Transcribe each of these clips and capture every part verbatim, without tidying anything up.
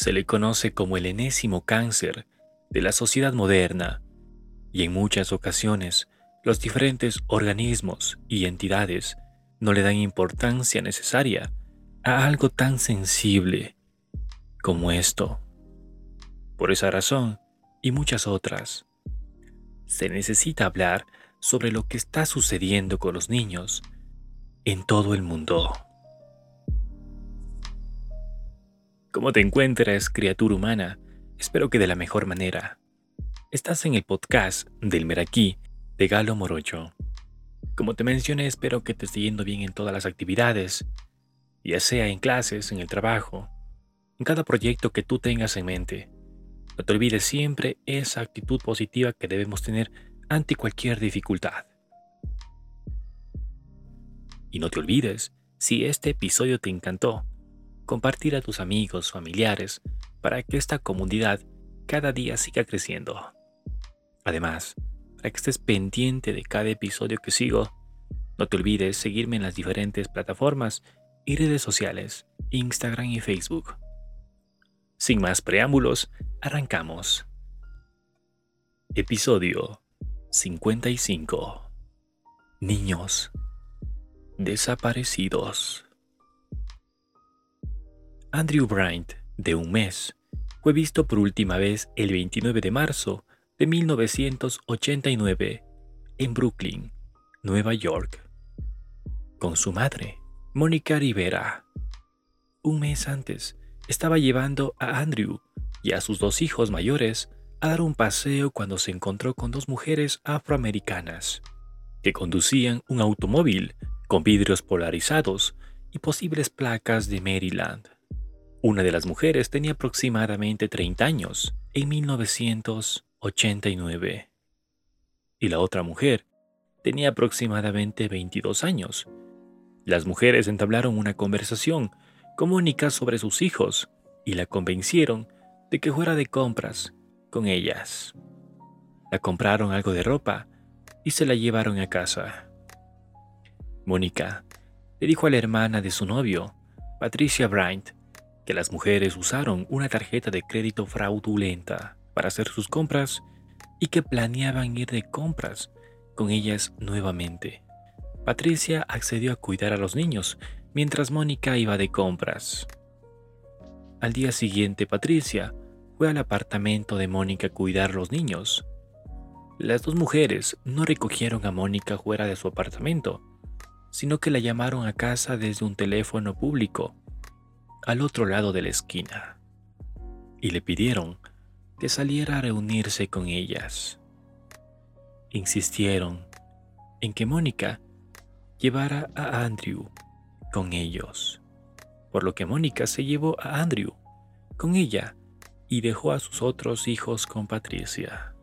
Se le conoce como el enésimo cáncer de la sociedad moderna y en muchas ocasiones los diferentes organismos y entidades no le dan importancia necesaria a algo tan sensible como esto. Por esa razón y muchas otras, se necesita hablar sobre lo que está sucediendo con los niños en todo el mundo. ¿Cómo te encuentras, criatura humana? Espero que de la mejor manera. Estás en el podcast del Meraquí de Galo Morocho. Como te mencioné, espero que te esté yendo bien en todas las actividades, ya sea en clases, en el trabajo, en cada proyecto que tú tengas en mente. No te olvides siempre esa actitud positiva que debemos tener ante cualquier dificultad. Y no te olvides, si este episodio te encantó, compartir a tus amigos, familiares, para que esta comunidad cada día siga creciendo. Además, para que estés pendiente de cada episodio que sigo, no te olvides seguirme en las diferentes plataformas y redes sociales, Instagram y Facebook. Sin más preámbulos, arrancamos. Episodio cincuenta y cinco. Niños desaparecidos. Andrew Bryant, de un mes, fue visto por última vez el veintinueve de marzo de mil novecientos ochenta y nueve en Brooklyn, Nueva York, con su madre, Mónica Rivera. Un mes antes, estaba llevando a Andrew y a sus dos hijos mayores a dar un paseo cuando se encontró con dos mujeres afroamericanas que conducían un automóvil con vidrios polarizados y posibles placas de Maryland. Una de las mujeres tenía aproximadamente treinta años en mil novecientos ochenta y nueve y la otra mujer tenía aproximadamente veintidós años. Las mujeres entablaron una conversación con Mónica sobre sus hijos y la convencieron de que fuera de compras con ellas. La compraron algo de ropa y se la llevaron a casa. Mónica le dijo a la hermana de su novio, Patricia Bryant, que las mujeres usaron una tarjeta de crédito fraudulenta para hacer sus compras y que planeaban ir de compras con ellas nuevamente. Patricia accedió a cuidar a los niños mientras Mónica iba de compras. Al día siguiente, Patricia fue al apartamento de Mónica a cuidar a los niños. Las dos mujeres no recogieron a Mónica fuera de su apartamento, sino que la llamaron a casa desde un teléfono público al otro lado de la esquina y le pidieron que saliera a reunirse con ellas. Insistieron en que Mónica llevara a Andrew con ellos, por lo que Mónica se llevó a Andrew con ella y dejó a sus otros hijos con Patricia.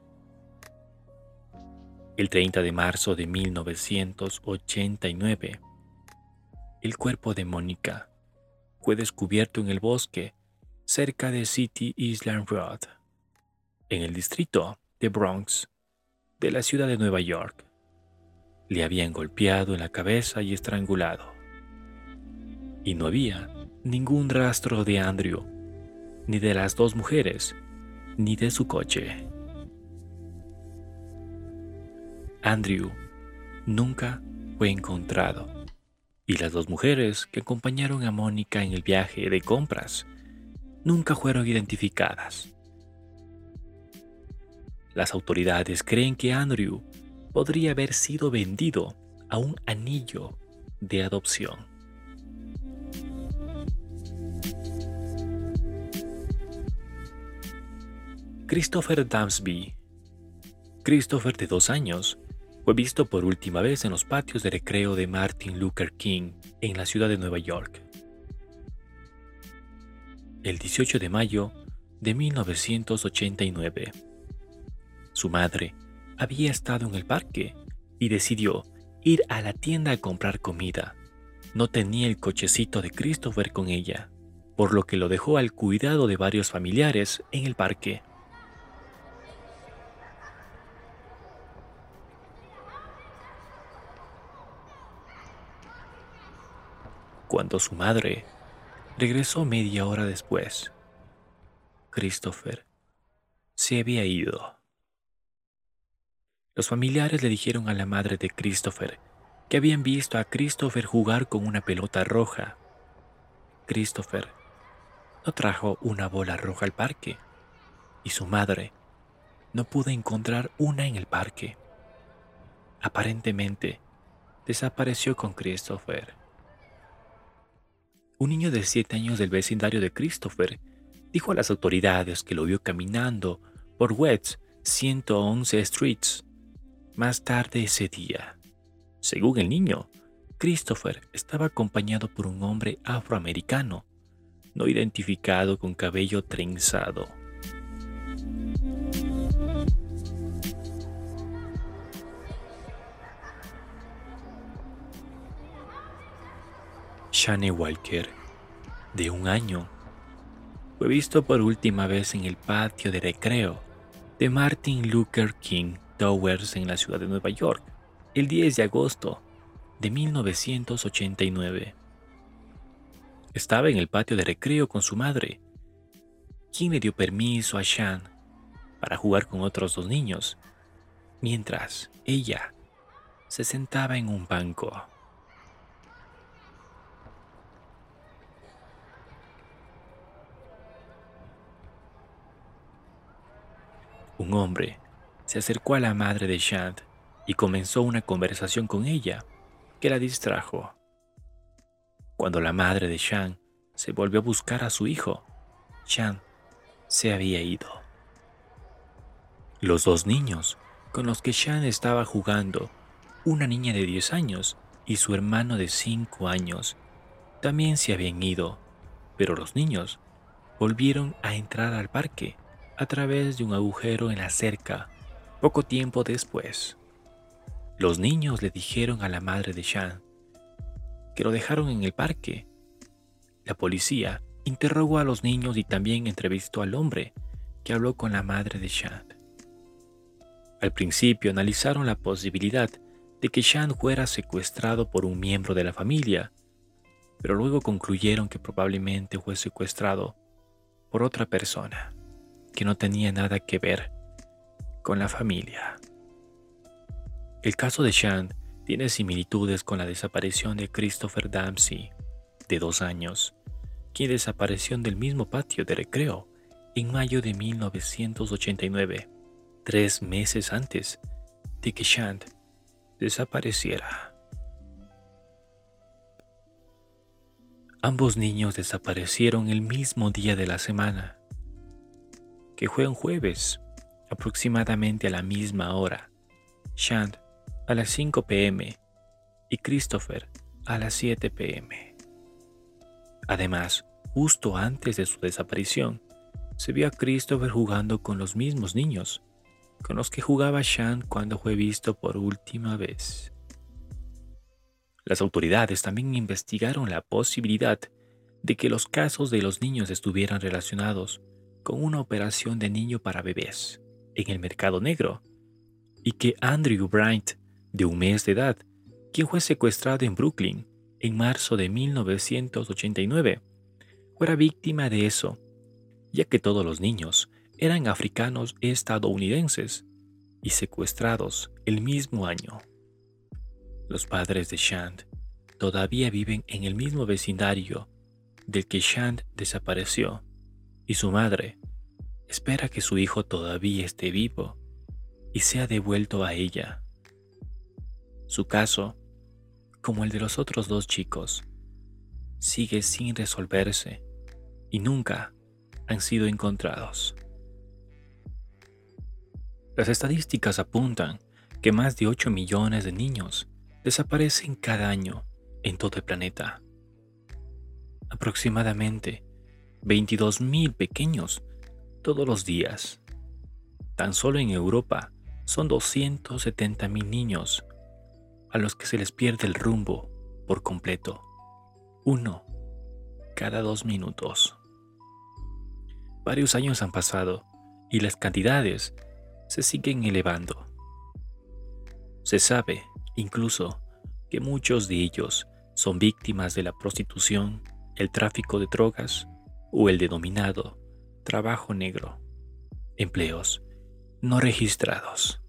El treinta de marzo de mil novecientos ochenta y nueve, el cuerpo de Mónica fue descubierto en el bosque cerca de City Island Road, en el distrito de Bronx de la ciudad de Nueva York. Le habían golpeado en la cabeza y estrangulado. Y no había ningún rastro de Andrew, ni de las dos mujeres, ni de su coche. Andrew nunca fue encontrado, y las dos mujeres que acompañaron a Mónica en el viaje de compras nunca fueron identificadas. Las autoridades creen que Andrew podría haber sido vendido a un anillo de adopción. Christopher Dansby. Christopher, de dos años, fue visto por última vez en los patios de recreo de Martin Luther King en la ciudad de Nueva York el dieciocho de mayo de mil novecientos ochenta y nueve. Su madre había estado en el parque y decidió ir a la tienda a comprar comida. No tenía el cochecito de Christopher con ella, por lo que lo dejó al cuidado de varios familiares en el parque. Cuando su madre regresó media hora después, Christopher se había ido. Los familiares le dijeron a la madre de Christopher que habían visto a Christopher jugar con una pelota roja. Christopher no trajo una bola roja al parque y su madre no pudo encontrar una en el parque. Aparentemente, desapareció con Christopher. Un niño de siete años del vecindario de Christopher dijo a las autoridades que lo vio caminando por West ciento once Streets más tarde ese día. Según el niño, Christopher estaba acompañado por un hombre afroamericano, no identificado, con cabello trenzado. Shane Walker, de un año, fue visto por última vez en el patio de recreo de Martin Luther King Towers en la ciudad de Nueva York el diez de agosto de mil novecientos ochenta y nueve. Estaba en el patio de recreo con su madre, quien le dio permiso a Shane para jugar con otros dos niños, mientras ella se sentaba en un banco. Un hombre se acercó a la madre de Shane y comenzó una conversación con ella que la distrajo. Cuando la madre de Shane se volvió a buscar a su hijo, Shane se había ido. Los dos niños con los que Shane estaba jugando, una niña de diez años y su hermano de cinco años, también se habían ido, pero los niños volvieron a entrar al parque a través de un agujero en la cerca poco tiempo después. Los niños le dijeron a la madre de Shane que lo dejaron en el parque. La policía interrogó a los niños y también entrevistó al hombre que habló con la madre de Shane. Al principio analizaron la posibilidad de que Shane fuera secuestrado por un miembro de la familia, pero luego concluyeron que probablemente fue secuestrado por otra persona que no tenía nada que ver con la familia. El caso de Shane tiene similitudes con la desaparición de Christopher Dempsey, de dos años, quien desapareció del mismo patio de recreo en mayo de mil novecientos ochenta y nueve, tres meses antes de que Shane desapareciera. Ambos niños desaparecieron el mismo día de la semana, que fue un jueves, aproximadamente a la misma hora. Shane a las cinco pe eme y Christopher a las siete pe eme. Además, justo antes de su desaparición, se vio a Christopher jugando con los mismos niños con los que jugaba Shane cuando fue visto por última vez. Las autoridades también investigaron la posibilidad de que los casos de los niños estuvieran relacionados con una operación de niño para bebés en el mercado negro y que Andrew Bryant, de un mes de edad, quien fue secuestrado en Brooklyn en marzo de mil novecientos ochenta y nueve, fuera víctima de eso, ya que todos los niños eran africanos estadounidenses y secuestrados el mismo año. Los padres de Shane todavía viven en el mismo vecindario del que Shane desapareció y su madre espera que su hijo todavía esté vivo y sea devuelto a ella. Su caso, como el de los otros dos chicos, sigue sin resolverse y nunca han sido encontrados. Las estadísticas apuntan que más de ocho millones de niños desaparecen cada año en todo el planeta. Aproximadamente veintidós mil pequeños todos los días. Tan solo en Europa son doscientos setenta mil niños a los que se les pierde el rumbo por completo, uno cada dos minutos. Varios años han pasado y las cantidades se siguen elevando. Se sabe, incluso, que muchos de ellos son víctimas de la prostitución, el tráfico de drogas o el denominado trabajo negro, empleos no registrados.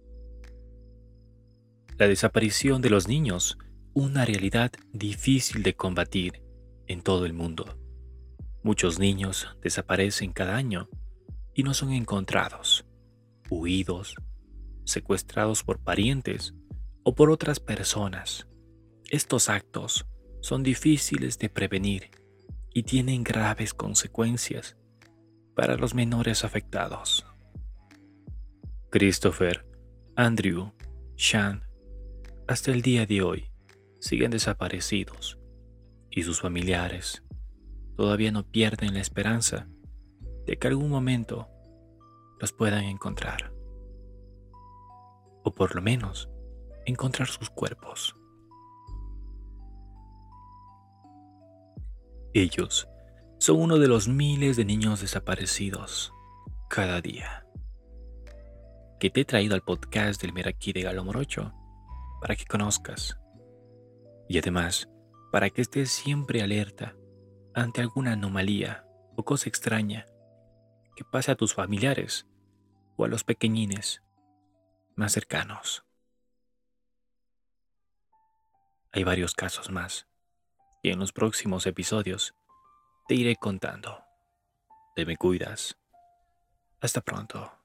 La desaparición de los niños, una realidad difícil de combatir en todo el mundo. Muchos niños desaparecen cada año y no son encontrados, huidos, secuestrados por parientes o por otras personas. Estos actos son difíciles de prevenir y tienen graves consecuencias para los menores afectados. Christopher, Andrew, Sean, hasta el día de hoy siguen desaparecidos y sus familiares todavía no pierden la esperanza de que algún momento los puedan encontrar, o por lo menos encontrar sus cuerpos. Ellos son uno de los miles de niños desaparecidos cada día, que te he traído al podcast del Meraki de Galo Morocho para que conozcas y además para que estés siempre alerta ante alguna anomalía o cosa extraña que pase a tus familiares o a los pequeñines más cercanos. Hay varios casos más y en los próximos episodios te iré contando. Te me cuidas. Hasta pronto.